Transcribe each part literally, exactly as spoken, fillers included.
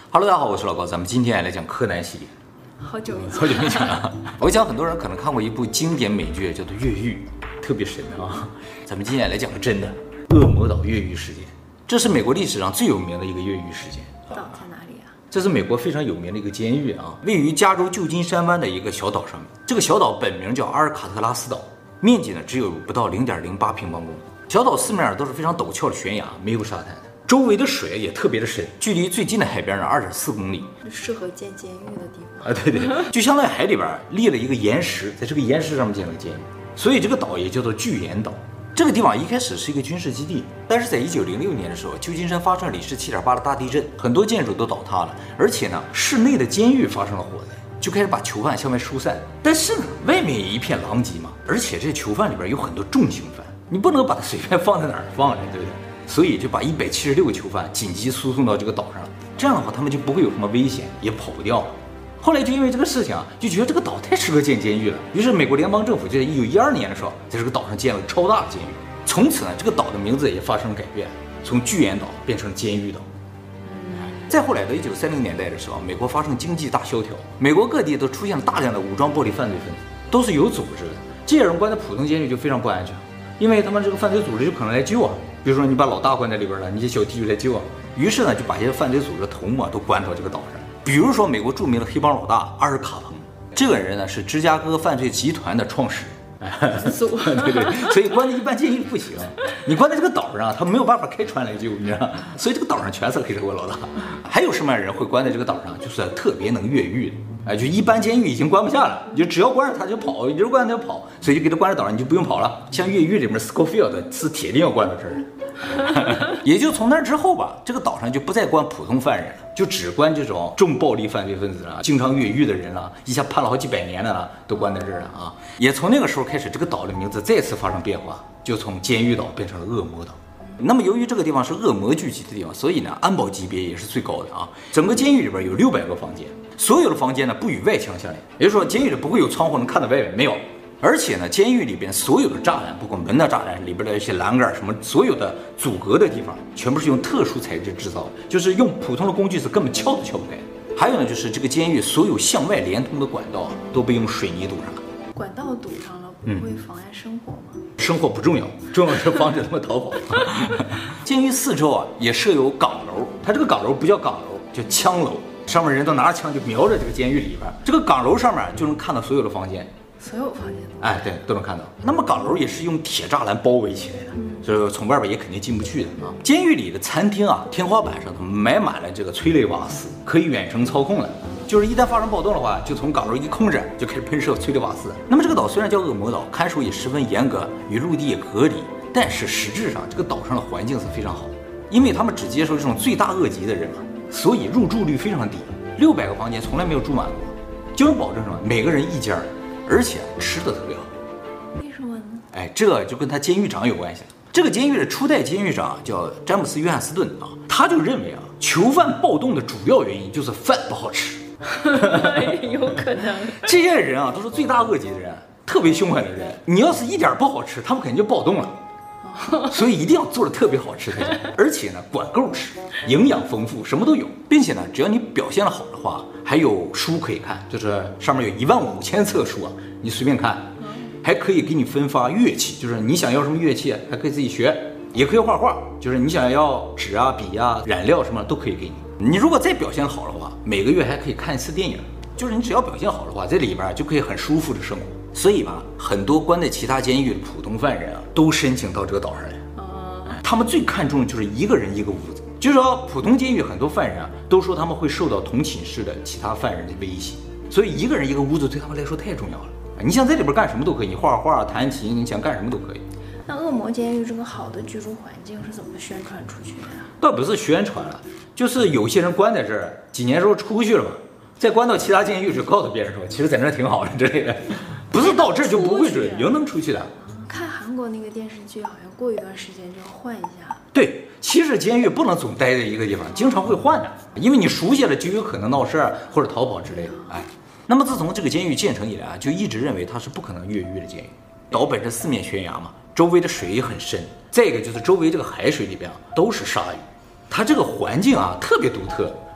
Hello， 大家好，我是老高，咱们今天来讲柯南系列。 好久没好久没讲了。我想很多人可能看过一部经典美剧，叫做《越狱》，特别神啊。咱们今天来讲个真的恶魔岛越狱事件，这是美国历史上最有名的一个越狱事件。 岛在哪里啊？ 这是美国非常有名的一个监狱啊，位于加州旧金山湾的一个小岛上面。这个小岛本名叫阿尔卡特拉斯岛，面积呢只有不到零点零八平方公里。小岛四面都是非常陡峭的悬崖，没有沙滩的。周围的水也特别的深，距离最近的海边呢二点四公里， 适合建监狱的地方啊。对对，就相当于海里边立了一个岩石，在这个岩石上面建了个监狱，所以这个岛也叫做巨岩岛。这个地方一开始是一个军事基地，但是在一九零六年的时候，旧金山发生了里氏七点八的大地震，很多建筑都倒塌了，而且呢，室内的监狱发生了火灾，就开始把囚犯向外疏散。但是呢，外面也一片狼藉嘛，而且这囚犯里边有很多重刑犯，你不能把它随便放在哪儿放着，对不对？所以就把一百七十六个囚犯紧急输送到这个岛上，这样的话他们就不会有什么危险，也跑不掉。后来就因为这个事情啊，就觉得这个岛太适合建监狱了，于是美国联邦政府就在一九一二年的时候，在这个岛上建了超大的监狱。从此呢，这个岛的名字也发生了改变，从巨岩岛变成监狱岛。再后来到一九三零年代的时候，美国发生经济大萧条，美国各地都出现了大量的武装暴力犯罪分子，都是有组织的。这些人关在普通监狱就非常不安全，因为他们这个犯罪组织就可能来救啊。比如说你把老大关在里边了，你这小弟就来救啊。于是呢，就把这些犯罪组织的头目啊都关到这个岛上。比如说美国著名的黑帮老大阿尔卡彭，这个人呢是芝加哥犯罪集团的创始人。对对，所以关在一般监狱不行，你关在这个岛上，他没有办法开船来救，你知道吗？所以这个岛上全是黑社会老大。还有什么样的人会关在这个岛上？就是特别能越狱的。哎，就一般监狱已经关不下了，你就只要关着他就跑，你就关着他就跑，所以就给他关在岛上，你就不用跑了。像越狱里面 Scofield 是铁定要关到这儿。也就从那之后吧，这个岛上就不再关普通犯人了，就只关这种重暴力犯罪分子了，经常越狱的人了，一下判了好几百年的了，都关在这儿了啊。也从那个时候开始，这个岛的名字再次发生变化，就从监狱岛变成了恶魔岛。那么由于这个地方是恶魔聚集的地方，所以呢安保级别也是最高的啊。整个监狱里边有六百个房间，所有的房间呢不与外墙相连，也就是说监狱里不会有窗户能看到外面，没有。而且呢，监狱里边所有的栅栏，包括门的栅栏里边的一些栏杆什么，所有的阻隔的地方，全部是用特殊材质制造的，就是用普通的工具是根本撬都撬不开。还有呢，就是这个监狱所有向外连通的管道都被用水泥堵上了。 管道堵上了，不会妨碍生活吗？嗯、 生活不重要，重要是防止他们逃跑。监狱四周啊也设有岗楼，它这个岗楼不叫岗楼，叫枪楼，上面人都拿着枪就瞄着这个监狱里边，这个岗楼上面就能看到所有的房间。 所有房间都哎，对，都能看到。那么岗楼也是用铁栅栏包围起来的，所以从外边也肯定进不去的啊。监狱里的餐厅啊，天花板上都埋满了这个催泪瓦斯，可以远程操控的。就是一旦发生暴动的话，就从岗楼一空着就开始喷射催泪瓦斯。那么这个岛虽然叫恶魔岛，看守也十分严格，与陆地也隔离，但是实质上这个岛上的环境是非常好的，因为他们只接受这种罪大恶极的人嘛，所以入住率非常低，六百个房间从来没有住满过，就能保证什么？每个人一间。而且吃的特别好， 为什么呢？ 哎，这就跟他监狱长有关系了。这个监狱的初代监狱长叫詹姆斯·约翰斯顿啊，他就认为啊，囚犯暴动的主要原因就是饭不好吃。 有可能， 这些人啊都是罪大恶极的人，特别凶狠的人。你要是一点不好吃，他们肯定就暴动了。所以一定要做的特别好吃才行，而且呢管够吃，营养丰富，什么都有，并且呢只要你表现的好的话，还有书可以看，就是上面有一万五千册书啊，你随便看，还可以给你分发乐器，就是你想要什么乐器还可以自己学，也可以画画，就是你想要纸啊笔啊染料什么都可以给你。你如果再表现好的话，每个月还可以看一次电影，就是你只要表现好的话，在里边就可以很舒服的生活。所以吧，很多关在其他监狱的普通犯人啊，都申请到这个岛上来。哦，他们最看重的就是一个人一个屋子，就是说普通监狱很多犯人啊，都说他们会受到同寝室的其他犯人的威胁，所以一个人一个屋子对他们来说太重要了。你想在里边干什么都可以，你画画、弹琴，你想干什么都可以。 那恶魔监狱这个好的居住环境是怎么宣传出去的呀？ 倒不是宣传了，就是有些人关在这儿，几年之后出去了嘛，再关到其他监狱就告诉别人说，其实在那儿挺好的之类的。不是到这儿就不会准，也能出去的。 看韩国那个电视剧，好像过一段时间就要换一下。 对，其实监狱不能总待在一个地方，经常会换的，因为你熟悉了就有可能闹事儿或者逃跑之类的。哎，那么自从这个监狱建成以来啊，就一直认为它是不可能越狱的监狱。岛本身四面悬崖嘛，周围的水也很深，再一个就是周围这个海水里边啊都是鲨鱼，它这个环境啊特别独特，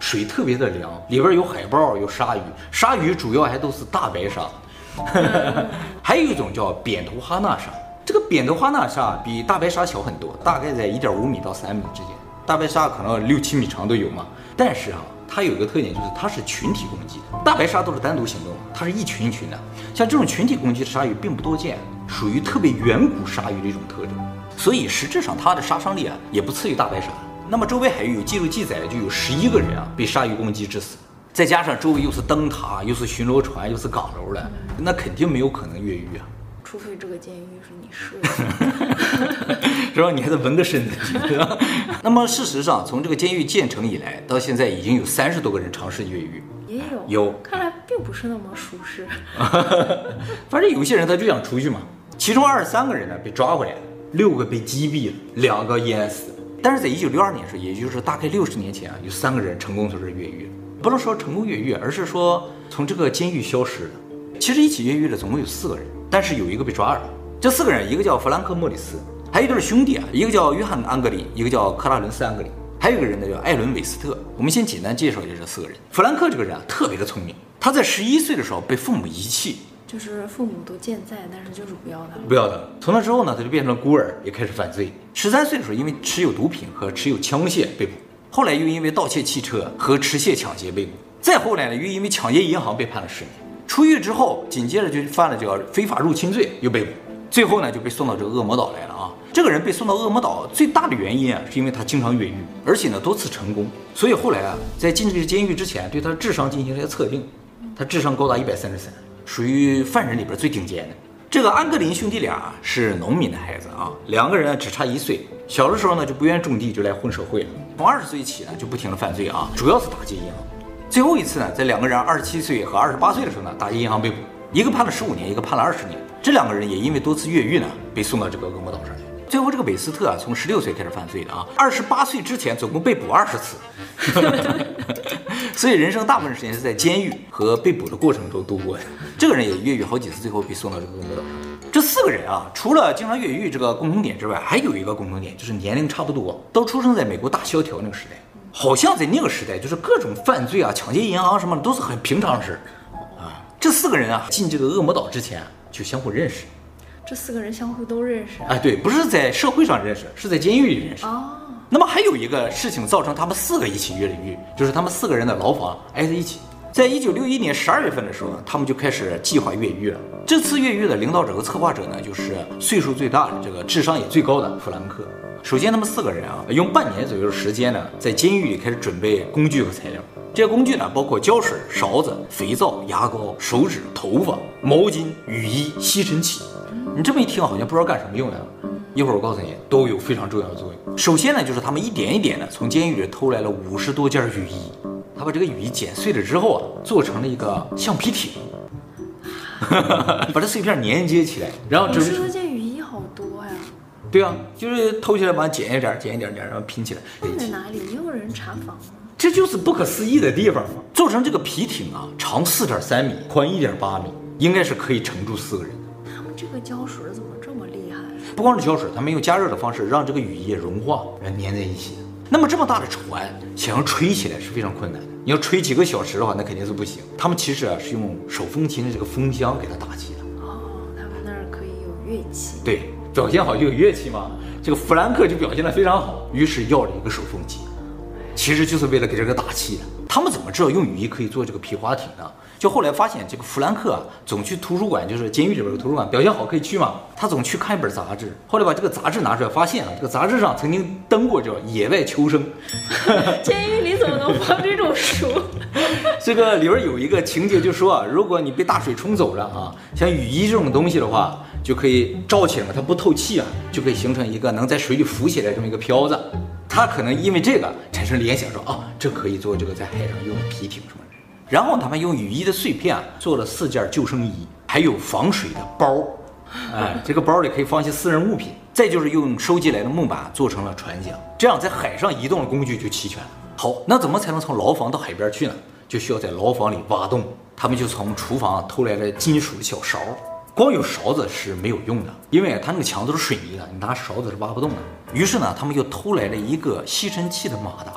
水特别的凉，里边有海豹，有鲨鱼，鲨鱼主要还都是大白鲨。还有一种叫扁头哈纳鲨，这个扁头哈纳鲨比大白鲨小很多，大概在一点五米到三米之间，大白鲨可能六七米长都有嘛。但是啊，它有一个特点，就是它是群体攻击的，大白鲨都是单独行动，它是一群一群的。像这种群体攻击的鲨鱼并不多见，属于特别远古鲨鱼的一种特征，所以实质上它的杀伤力啊也不次于大白鲨。那么周围海域有记录记载的就有十一个人啊被鲨鱼攻击致死，再加上周围又是灯塔，又是巡逻船，又是港楼了，那肯定没有可能越狱啊。 除非这个监狱是你设的， 是吧？你还得纹个身子，对吧？那么事实上，从这个监狱建成以来，到现在已经有三十多个人尝试越狱， 也有有， 看来并不是那么舒适。 反正有些人他就想出去嘛。其中二十三个人呢被抓回来了，六个被击毙了，两个淹死了。但是在一九六二年的时候，也就是大概六十年前啊，有三个人成功从这越狱了。不能说成功越狱，而是说从这个监狱消失了。其实一起越狱的总共有四个人，但是有一个被抓了。这四个人，一个叫弗兰克·莫里斯，还有一对兄弟啊，一个叫约翰·安格林，一个叫克拉伦斯·安格林，还有一个人呢叫艾伦·韦斯特。我们先简单介绍一下这四个人。弗兰克这个人啊特别的聪明，他在十一岁的时候被父母遗弃， 就是父母都健在，但是就是不要他， 不要他。从那之后呢，他就变成了孤儿，也开始犯罪。十三岁的时候，因为持有毒品和持有枪械被捕，后来又因为盗窃汽车和持械抢劫被捕，再后来呢，又因为抢劫银行被判了十年。出狱之后，紧接着就犯了这个非法入侵罪，又被捕。最后呢，就被送到这个恶魔岛来了啊。这个人被送到恶魔岛最大的原因啊，是因为他经常越狱，而且呢多次成功。所以后来啊，在进这个监狱之前，对他的智商进行了一个测定，他智商高达一百三十三，属于犯人里边最顶尖的。这个安格林兄弟俩是农民的孩子啊，两个人只差一岁。小的时候呢就不愿种地，就来混社会了。从二十岁起呢就不停的犯罪啊，主要是打劫银行。最后一次呢，在两个人二十七岁和二十八岁的时候呢，打劫银行被捕，一个判了十五年，一个判了二十年。这两个人也因为多次越狱呢，被送到这个恶魔岛上来。最后这个韦斯特啊，从十六岁开始犯罪的啊，二十八岁之前总共被捕二十次，所以人生大部分时间是在监狱和被捕的过程中度过的。这个人也越狱好几次，最后被送到这个恶魔岛上。这四个人啊，除了经常越狱这个共同点之外，还有一个共同点，就是年龄差不多，都出生在美国大萧条那个时代。好像在那个时代，就是各种犯罪啊、抢劫银行什么的都是很平常的事啊。这四个人啊，进这个恶魔岛之前啊，就相互认识。 这四个人相互都认识？ 哎，对，不是在社会上认识，是在监狱里认识。 哦。 那么还有一个事情造成他们四个一起越了狱，就是他们四个人的牢房挨在一起。在一九六一年十二月份的时候呢，他们就开始计划越狱了。这次越狱的领导者和策划者呢，就是岁数最大的、这个智商也最高的弗兰克。首先，他们四个人啊，用半年左右的时间呢，在监狱里开始准备工具和材料。这些工具呢，包括胶水、勺子、肥皂、牙膏、手指、头发、毛巾、雨衣、吸尘器。你这么一听，好像不知道干什么用的。一会儿我告诉你，都有非常重要的作用。首先呢，就是他们一点一点的从监狱里偷来了五十多件雨衣。他把这个雨衣剪碎了之后啊，做成了一个橡皮艇，把这碎片连接起来，然后五十多件雨衣好多呀。 对啊，就是偷起来把它剪一点，剪一点点，然后拼起来。 放在哪里？没有人查房吗？ 这就是不可思议的地方嘛！做成这个皮艇啊，长四点三米，宽一点八米，应该是可以承住四个人的。 他们这个胶水怎么这么厉害？ 不光是胶水，他们用加热的方式让这个雨衣融化，然后粘在一起的。那么这么大的船，想要吹起来是非常困难的。你要吹几个小时的话，那肯定是不行。他们其实啊是用手风琴的这个风箱给它打起的。 哦，他们那儿可以有乐器。 对，表现好就有乐器嘛。这个弗兰克就表现得非常好，于是要了一个手风琴，其实就是为了给这个打气的。他们怎么知道用雨衣可以做这个皮划艇呢？就后来发现这个弗兰克啊，总去图书馆，就是监狱里边有图书馆，表现好可以去嘛。他总去看一本杂志，后来把这个杂志拿出来，发现啊，这个杂志上曾经登过叫《野外求生》。 监狱里怎么能放这种书？ 这个里边有一个情节，就说啊，如果你被大水冲走了啊，像雨衣这种东西的话，就可以罩起来嘛，它不透气啊，就可以形成一个能在水里浮起来这么一个漂子。他可能因为这个产生联想说，啊，这可以做这个在海上用的皮艇什么的。然后他们用雨衣的碎片啊，做了四件救生衣，还有防水的包，哎，这个包里可以放一些私人物品。再就是用收集来的木板做成了船桨，这样在海上移动的工具就齐全了。好，那怎么才能从牢房到海边去呢？就需要在牢房里挖洞。他们就从厨房偷来了金属的小勺，光有勺子是没有用的，因为它那个墙都是水泥的，你拿勺子是挖不动的。于是呢，他们又偷来了一个吸尘器的马达。把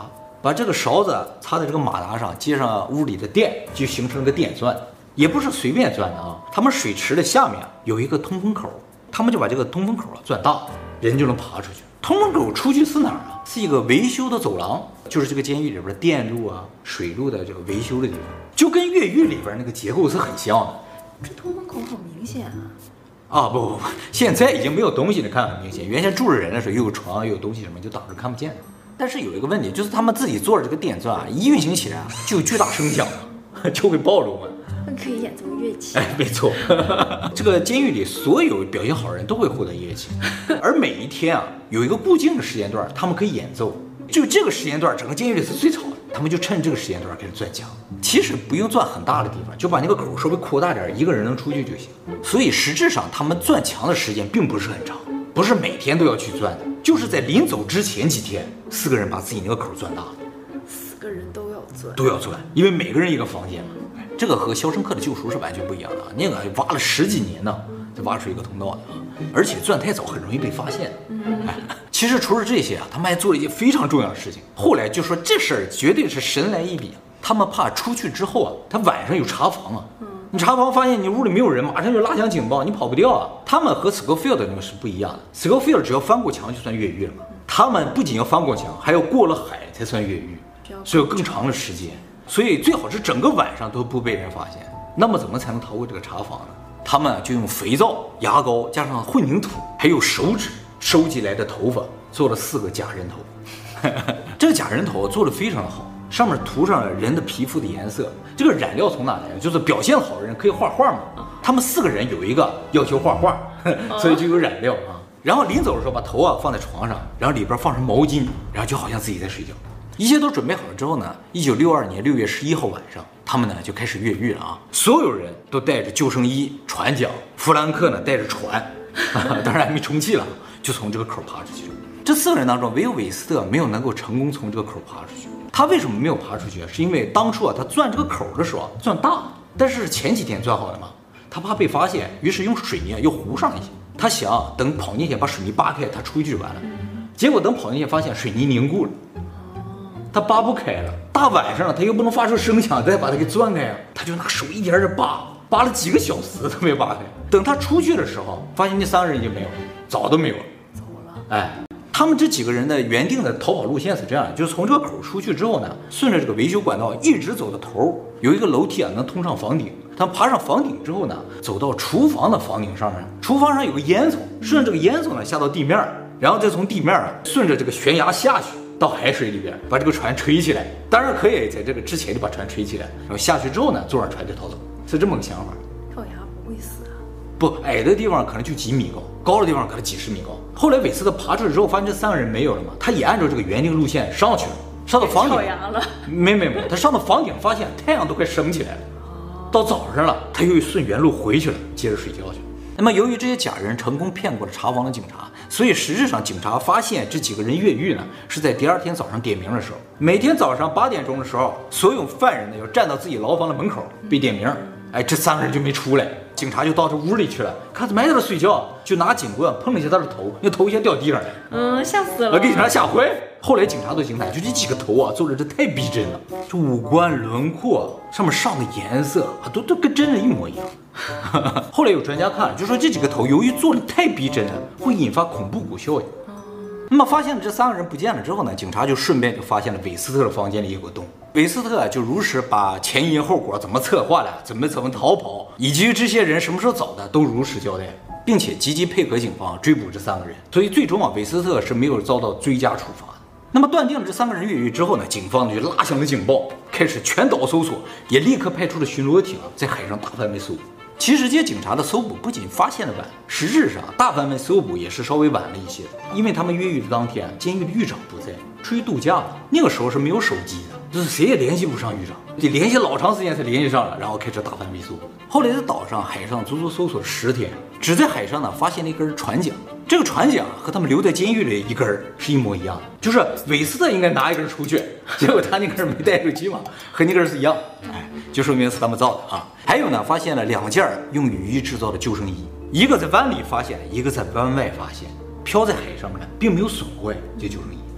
把这个勺子插在这个马达上，接上屋里的电，就形成了个电钻。也不是随便钻的啊，他们水池的下面有一个通风口，他们就把这个通风口啊钻大，人就能爬出去。通风口出去是哪儿啊？是一个维修的走廊，就是这个监狱里边的电路啊、水路的这个维修的地方，就跟越狱里边那个结构是很像的。 这通风口好明显啊！ 啊不不不，现在已经没有东西了，看很明显。原先住着人的时候，又有床又有东西什么，就挡着看不见。但是有一个问题，就是他们自己做的这个电钻啊，一运行起来就有巨大声响，就会暴露嘛。 可以演奏乐器。 哎，没错，这个监狱里所有表现好的人都会获得乐器，而每一天啊有一个固定的时间段，他们可以演奏。就这个时间段，整个监狱里是最吵的，他们就趁这个时间段开始钻墙。其实不用钻很大的地方，就把那个口稍微扩大点，一个人能出去就行。所以实质上他们钻墙的时间并不是很长，不是每天都要去钻的，就是在临走之前几天，四个人把自己那个口钻大了。 四个人都要钻， 都要钻，因为每个人一个房间嘛。这个和《肖申克的救赎》是完全不一样的，那个挖了十几年呢，才挖出一个通道的啊！而且钻太早很容易被发现。哎，其实除了这些啊，他们还做了一件非常重要的事情。后来就说这事儿绝对是神来一笔，他们怕出去之后啊，他晚上有查房啊，你查房发现你屋里没有人，马上就拉响警报，你跑不掉啊。他们和 Scofield 那个是不一样的 ，Scofield 只要翻过墙就算越狱了嘛，他们不仅要翻过墙，还要过了海才算越狱，所以有更长的时间。所以最好是整个晚上都不被人发现。那么怎么才能逃过这个查房呢？他们就用肥皂、牙膏加上混凝土，还有手指收集来的头发，做了四个假人头。这个假人头做得非常好，上面涂上了人的皮肤的颜色。这个染料从哪来的？就是表现好的人可以画画嘛。他们四个人有一个要求画画，所以就有染料啊。然后临走的时候把头啊放在床上，然后里边放上毛巾，然后就好像自己在睡觉。一切都准备好了之后呢，一九六二年六月十一号晚上，他们呢就开始越狱了啊！所有人都带着救生衣、船桨，弗兰克呢带着船，当然还没充气了，就从这个口爬出去了。这四个人当中，唯有韦斯特没有能够成功从这个口爬出去。他为什么没有爬出去？是因为当初啊，他钻这个口的时候钻大，但是前几天钻好的嘛，他怕被发现，于是用水泥又糊上一些。他想等跑进去把水泥扒开，他出去就完了。结果等跑进去发现水泥凝固了。他扒不开了，大晚上了，他又不能发出声响，再把它给钻开呀，他就拿手一点点扒，扒了几个小时都没扒开。等他出去的时候，发现那三个人已经没有了，早都没有了， 走了。 哎，他们这几个人的原定的逃跑路线是这样，就是从这个口出去之后呢，顺着这个维修管道一直走到头，有一个楼梯啊能通上房顶。他们爬上房顶之后呢，走到厨房的房顶上面，厨房上有个烟囱，顺着这个烟囱呢下到地面，然后再从地面啊顺着这个悬崖下去。到海水里边，把这个船吹起来，当然可以在这个之前就把船吹起来，然后下去之后呢，坐上船就逃走，是这么个想法。 跳崖不会死啊？ 不，矮的地方可能就几米高，高的地方可能几十米高。后来韦斯特爬出去之后，发现这三个人没有了嘛，他也按照这个原定路线上去了，上到房顶。 跳崖了？ 没没没，他上到房顶发现太阳都快升起来了，到早上了，他又顺原路回去了，接着睡觉去。那么由于这些假人成功骗过了查房的警察，所以实质上警察发现这几个人越狱呢，是在第二天早上点名的时候。每天早上八点钟的时候，所有犯人呢要站到自己牢房的门口被点名。哎，这三个人就没出来，警察就到这屋里去了，看怎么还在那睡觉，就拿警棍碰了一下他的头，那头一下掉地上来， 嗯，吓死了， 给警察吓坏。后来警察都惊叹，就这几个头啊，做的这太逼真了，这五官轮廓上面上的颜色啊，都都跟真人一模一样。后来有专家看了，就说这几个头由于做的太逼真了，会引发恐怖谷效应。那么发现了这三个人不见了之后呢，警察就顺便就发现了韦斯特的房间里有个洞。韦斯特就如实把前因后果怎么策划的，怎么怎么逃跑，以及这些人什么时候走的，都如实交代，并且积极配合警方追捕这三个人。所以最终啊，韦斯特是没有遭到追加处罚的。那么断定了这三个人越狱之后呢，警方就拉响了警报，开始全岛搜索，也立刻派出了巡逻艇在海上大范围搜捕。其实这些警察的搜捕不仅发现了晚，实质上大范围搜捕也是稍微晚了一些的，因为他们越狱的当天，监狱的狱长不在，出去度假了。那个时候是没有手机的，就是谁也联系不上狱长，得联系老长时间才联系上了，然后开始大范围搜捕。后来在岛上、海上足足搜索十天，只在海上呢发现了一根船桨。这个船桨和他们留在监狱里一根是一模一样的，就是韦斯特应该拿一根出去，结果他那根没带出去嘛，和那根是一样，哎，就说明是他们造的啊。还有呢，发现了两件用雨衣制造的救生衣，一个在湾里发现，一个在湾外发现，漂在海上面呢，并没有损坏这救生衣。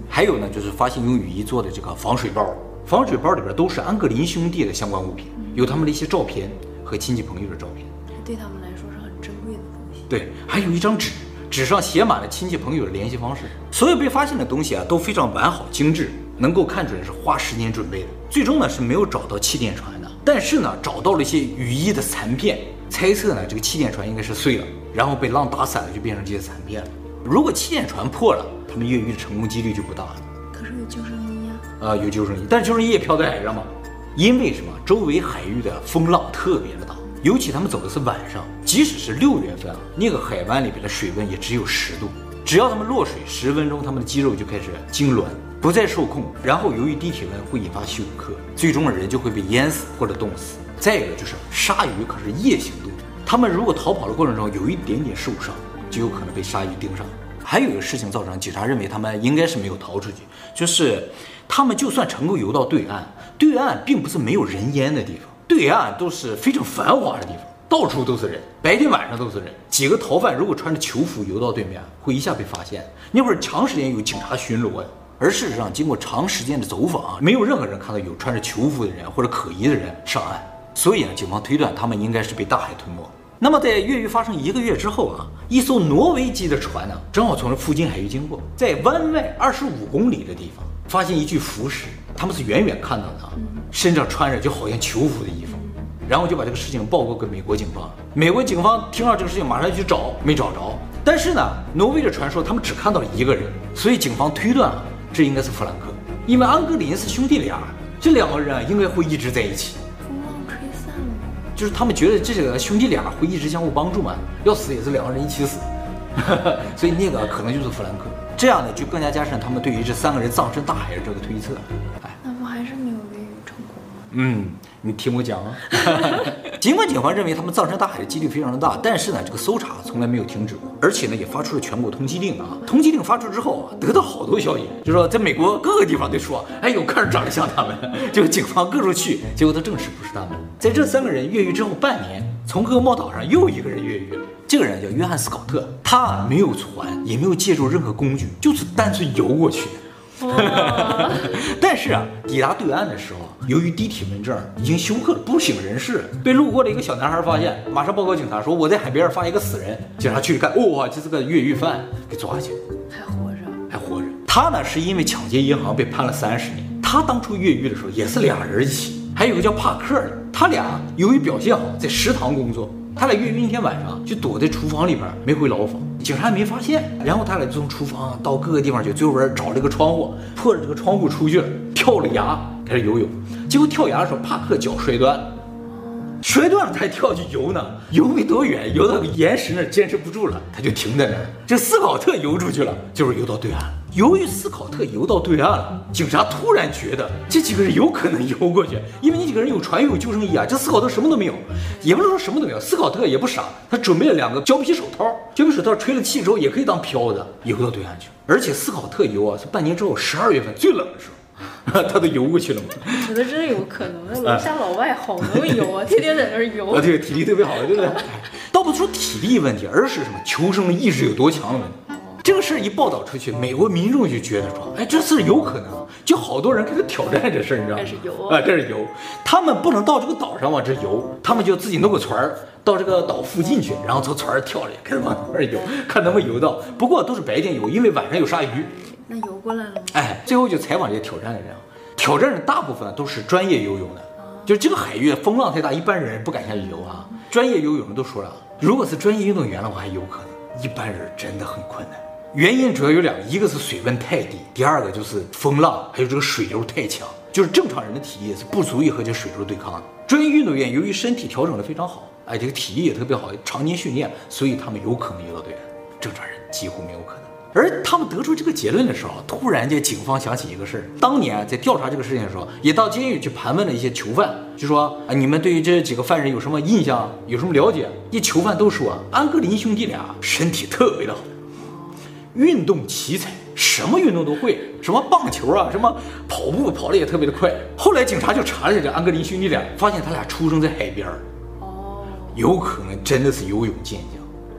还有呢，就是发现用雨衣做的这个防水包，防水包里边都是安格林兄弟的相关物品，有他们的一些照片和亲戚朋友的照片， 对他们来说是很珍贵的东西。 对，还有一张纸，纸上写满了亲戚朋友的联系方式。所有被发现的东西啊，都非常完好精致，能够看准是花时间准备的。最终呢是没有找到气垫船的，但是呢找到了一些雨衣的残片，猜测呢这个气垫船应该是碎了，然后被浪打散了，就变成这些残片了。如果气垫船破了，他们越狱的成功几率就不大了。 可是有救生衣啊。 啊、呃，有救生衣，但是救生衣也漂在海上嘛。因为什么？周围海域的风浪特别的大，尤其他们走的是晚上，即使是六月份啊，那个海湾里边的水温也只有十度。只要他们落水十分钟，他们的肌肉就开始痉挛，不再受控。然后由于低体温会引发休克，最终人就会被淹死或者冻死。再一个就是鲨鱼可是夜行动物，他们如果逃跑的过程中有一点点受伤，就有可能被鲨鱼盯上。还有一个事情造成警察认为他们应该是没有逃出去，就是他们就算成功游到对岸，对岸并不是没有人烟的地方，对岸都是非常繁华的地方，到处都是人，白天晚上都是人。几个逃犯如果穿着囚服游到对面，会一下被发现。那会儿长时间有警察巡逻呀，而事实上经过长时间的走访啊，没有任何人看到有穿着囚服的人或者可疑的人上岸，所以呢，警方推断他们应该是被大海吞没。那么在越狱发生一个月之后啊，一艘挪威籍的船呢，正好从这附近海域经过，在湾外二十五公里的地方发现一具浮尸，他们是远远看到的啊，身上穿着就好像囚服的衣服，然后就把这个事情报告给美国警方。美国警方听到这个事情，马上去找，没找着。但是呢，挪威的传说他们只看到了一个人，所以警方推断啊，这应该是弗兰克，因为安格林是兄弟俩，这两个人啊应该会一直在一起。就是他们觉得这个兄弟俩会一直相互帮助嘛，要死也是两个人一起死，所以那个可能就是弗兰克。这样呢，就更加加深他们对于这三个人葬身大海的这个推测。哎， 那不还是没有越狱成功吗？ 嗯，你听我讲啊。尽管警方认为他们葬身大海的几率非常的大，但是呢，这个搜查从来没有停止过，而且呢，也发出了全国通缉令啊。通缉令发出之后啊，得到好多消息，就说在美国各个地方都说，哎呦，看着长得像他们，结果警方各处去，结果他证实不是他们。在这三个人越狱之后半年，从科莫岛上又一个人越狱了。这个人叫约翰斯考特，他没有船，也没有借助任何工具，就是单纯游过去。但是啊，抵达对岸的时候，由于低体温症已经休克了，不省人事，被路过的一个小男孩发现，马上报告警察说我在海边发现一个死人。警察去看，哇，这是个越狱犯，给抓起来， 还活着， 还活着。他呢是因为抢劫银行被判了三十年。他当初越狱的时候也是俩人一起，还有个叫帕克的，他俩由于表现好，在食堂工作。他俩越狱那天晚上就躲在厨房里边，没回牢房，警察也没发现。然后他俩就从厨房到各个地方去，最后边找了个窗户，破着这个窗户出去了，跳了崖，开始游泳。结果跳崖的时候，帕克脚摔断了，摔断了他还跳去游呢，游没多远，游到岩石那儿坚持不住了，他就停在那儿。这斯考特游出去了，就是游到对岸了。由于斯考特游到对岸了，警察突然觉得这几个人有可能游过去，因为那几个人有船有救生衣啊。这斯考特什么都没有，也不是说什么都没有，斯考特也不傻，他准备了两个胶皮手套，胶皮手套吹了气之后也可以当漂的，游到对岸去。而且斯考特游啊，是半年之后十二月份最冷的时候，他都游过去了嘛。 我觉得真有可能，那楼下老外好能游啊，天天在那儿游。 啊，对，体力特别好，对不对？倒不是说体力问题，而是什么求生意志有多强的问题。这个事儿一报道出去，美国民众就觉得说，哎，这事有可能，就好多人开始挑战这事儿，你知道吗？ 开始游啊， 开始游。他们不能到这个岛上往这游，他们就自己弄个船儿到这个岛附近去，然后从船儿跳下来，开始往那儿游，看能不能游到。不过都是白天游，因为晚上有鲨鱼。 那游过来了吗？ 哎，最后就采访这些挑战的人，挑战人大部分都是专业游泳的，就是这个海域风浪太大，一般人不敢下去游啊。专业游泳的都说了，如果是专业运动员的话还有可能，一般人真的很困难。原因主要有两个，一个是水温太低，第二个就是风浪，还有这个水流太强，就是正常人的体力是不足以和这水流对抗的。专业运动员由于身体调整的非常好，哎，这个体力也特别好，常年训练，所以他们有可能游到对岸，正常人几乎没有可能。而他们得出这个结论的时候，突然间警方想起一个事儿，当年在调查这个事情的时候，也到监狱去盘问了一些囚犯，就说啊，你们对于这几个犯人有什么印象，有什么了解？一囚犯都说，安格林兄弟俩身体特别的好，运动奇才，什么运动都会，什么棒球啊，什么跑步跑得也特别的快。后来警察就查了一下这安格林兄弟俩，发现他俩出生在海边儿，哦，有可能真的是游泳健将。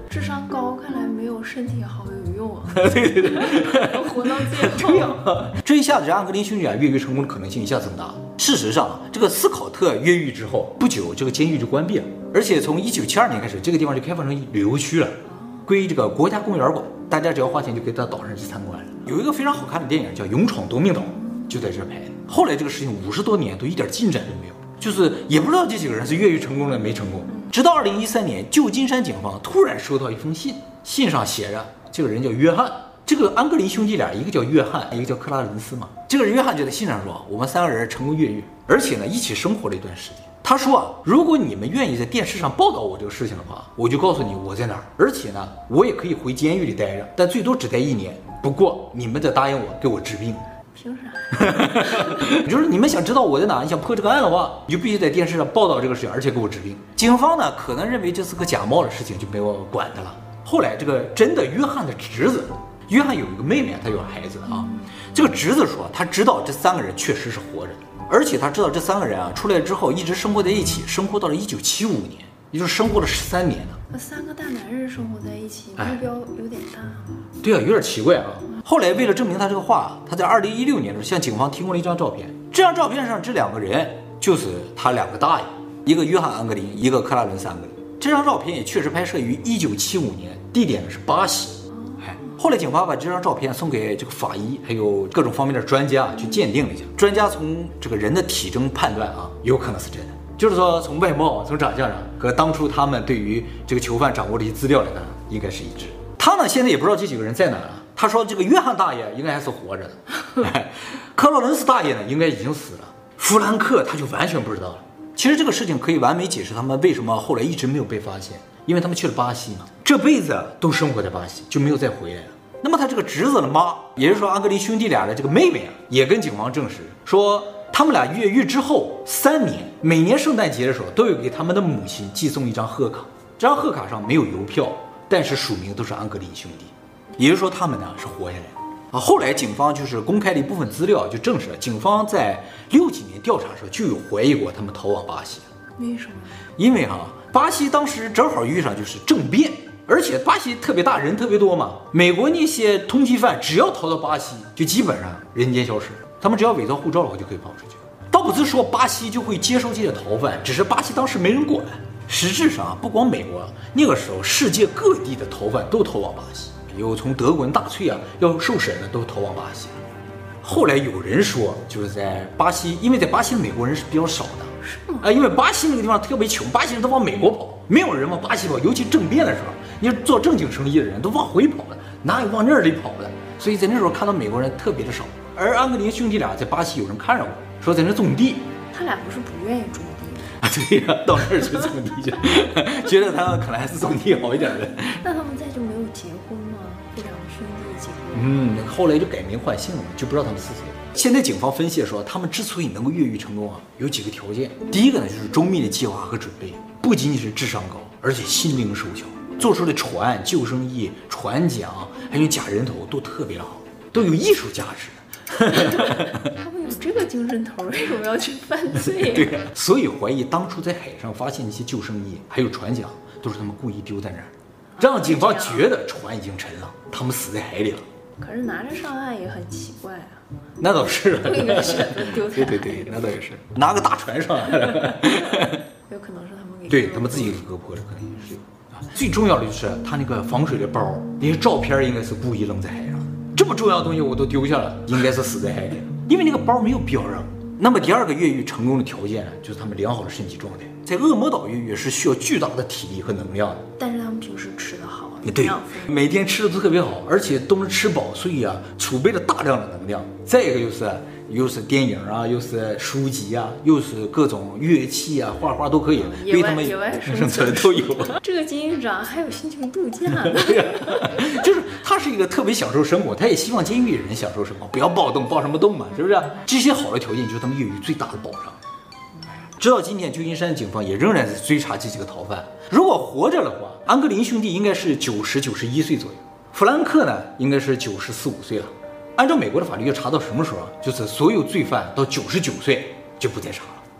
智商高，看来没有身体好有用啊。 对对对， 能活到最后。 对呀、啊，这一下子让安格林兄弟俩越狱成功的可能性一下增大。事实上，这个斯考特越狱之后不久，这个监狱就关闭了，而且从一九七二年开始，这个地方就开放成旅游区了，归这个国家公园管，大家只要花钱就可以到岛上去参观了。有一个非常好看的电影叫《勇闯夺命岛》，就在这拍的。后来这个事情五十多年都一点进展都没有，就是也不知道这几个人是越狱成功了没成功。直到二零一三年，旧金山警方突然收到一封信，信上写着这个人叫约翰。这个安格林兄弟俩，一个叫约翰，一个叫克拉伦斯嘛。这个约翰就在信上说，我们三个人成功越狱，而且呢一起生活了一段时间。他说啊，如果你们愿意在电视上报道我这个事情的话，我就告诉你我在哪儿，而且呢我也可以回监狱里待着，但最多只待一年。不过你们得答应我给我治病。 凭啥？ 就是你们想知道我在哪，你想破这个案的话，你就必须在电视上报道这个事情，而且给我治病。警方呢可能认为这是个假冒的事情，就没有管他了。后来这个真的约翰的侄子，约翰有一个妹妹，他有孩子啊。这个侄子说他知道这三个人确实是活着的，而且他知道这三个人啊出来之后一直生活在一起，生活到了一九七五年，也就是生活了十三年呢。 那三个大男人生活在一起，目标有点大啊。 对啊，有点奇怪啊。后来为了证明他这个话，他在二零一六年的时候向警方提供了一张照片。这张照片上这两个人就是他两个大爷，一个约翰·安格林，一个克拉伦斯·安格林。这张照片也确实拍摄于一九七五年，地点呢是巴西。哎，后来警方把这张照片送给这个法医还有各种方面的专家去鉴定了一下。专家从这个人的体征判断啊，有可能是真的，就是说从外貌、从长相上和当初他们对于这个囚犯掌握的一些资料来看，应该是一致。他呢现在也不知道这几个人在哪了。他说这个约翰大爷应该还是活着的，哎，克劳伦斯大爷呢应该已经死了，弗兰克他就完全不知道了。其实这个事情可以完美解释他们为什么后来一直没有被发现，因为他们去了巴西嘛，这辈子都生活在巴西，就没有再回来了。那么他这个侄子的妈，也就是说安格林兄弟俩的这个妹妹啊，也跟警方证实说，他们俩越狱之后三年，每年圣诞节的时候都有给他们的母亲寄送一张贺卡，这张贺卡上没有邮票，但是署名都是安格林兄弟。也就是说他们呢是活下来的啊。后来警方就是公开了一部分资料，就证实了警方在六几年调查的时候就有怀疑过他们逃往巴西。 为什么？ 因为哈、啊，巴西当时正好遇上就是政变，而且巴西特别大，人特别多嘛。美国那些通缉犯只要逃到巴西，就基本上人间消失，他们只要伪造护照了，就可以跑出去。倒不是说巴西就会接收这些逃犯，只是巴西当时没人管。实质上，不光美国，那个时候世界各地的逃犯都逃往巴西。有从德国人纳粹啊要受审的都逃往巴西了。后来有人说，就是在巴西，因为在巴西的美国人是比较少的， 是吗？ 啊，因为巴西那个地方特别穷，巴西人都往美国跑，没有人往巴西跑，尤其政变的时候，你做正经生意的人都往回跑的，哪有往那里跑的？所以在那时候看到美国人特别的少。而安格林兄弟俩在巴西有人看上过，说在那种地， 他俩不是不愿意种地啊，对呀、啊，到那儿去种地去，觉得他们可能还是种地好一点的。 那他们在就没有结婚吗？这两个兄弟结婚？ 嗯，后来就改名换姓了，就不知道他们是谁。现在警方分析说，他们之所以能够越狱成功啊，有几个条件。第一个呢，就是周密的计划和准备，不仅仅是智商高，而且心灵手巧，做出的船、救生衣、船桨，还有假人头都特别的好，都有艺术价值。 他们有这个精神头，为什么要去犯罪、啊？ 对，所以怀疑当初在海上发现一些救生衣还有船桨，都是他们故意丢在那儿，让警方觉得船已经沉了，他们死在海里了。 可是拿着上岸也很奇怪啊。 那倒是啊， 不应该选择丢在海里。 对对对，那倒也是，拿个大船上来了。 有可能是他们给对他们自己给割破的，可能也是有啊。最重要的就是他那个防水的包，那些照片应该是故意扔在海上。这么重要的东西我都丢下了，应该是死在海里了，因为那个包没有必要扔。那么第二个越狱成功的条件呢，就是他们良好的身体状态。在恶魔岛越狱是需要巨大的体力和能量的， 但是他们平时吃得好， 对，每天吃的都特别好，而且都能吃饱，所以啊，储备了大量的能量。再一个就是，又是电影啊，又是书籍啊，又是各种乐器啊，画画都可以，为他们野外生存都有。 这个金营长还有心情度假呢。 对呀、啊，就是他是一个特别享受生活，他也希望监狱人享受生活，不要暴动，暴什么动嘛，是不是？这些好的条件就是他们越狱最大的保障。直到今天，旧金山警方也仍然在追查这几个逃犯。如果活着的话，安格林兄弟应该是九十九十一岁左右，弗兰克呢应该是九十四五岁了。按照美国的法律，要查到什么时候啊？就是所有罪犯到九十九岁就不再查了。 哇，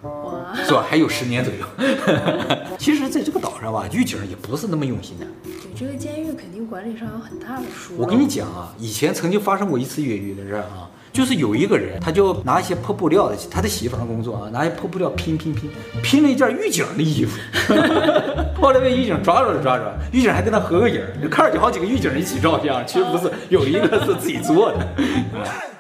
吗？ 是吧？还有十年左右。其实，在这个岛上吧，狱警也不是那么用心的。 对，这个监狱肯定管理上有很大的疏漏。 我跟你讲啊，以前曾经发生过一次越狱的事啊。就是有一个人，他就拿一些破布料的，他在洗衣房工作啊，拿一些破布料拼拼拼，拼了一件狱警的衣服。后来被狱警抓住了，抓住了，狱警还跟他合个影，看着就好几个狱警一起照相，其实不是，有一个是自己做的。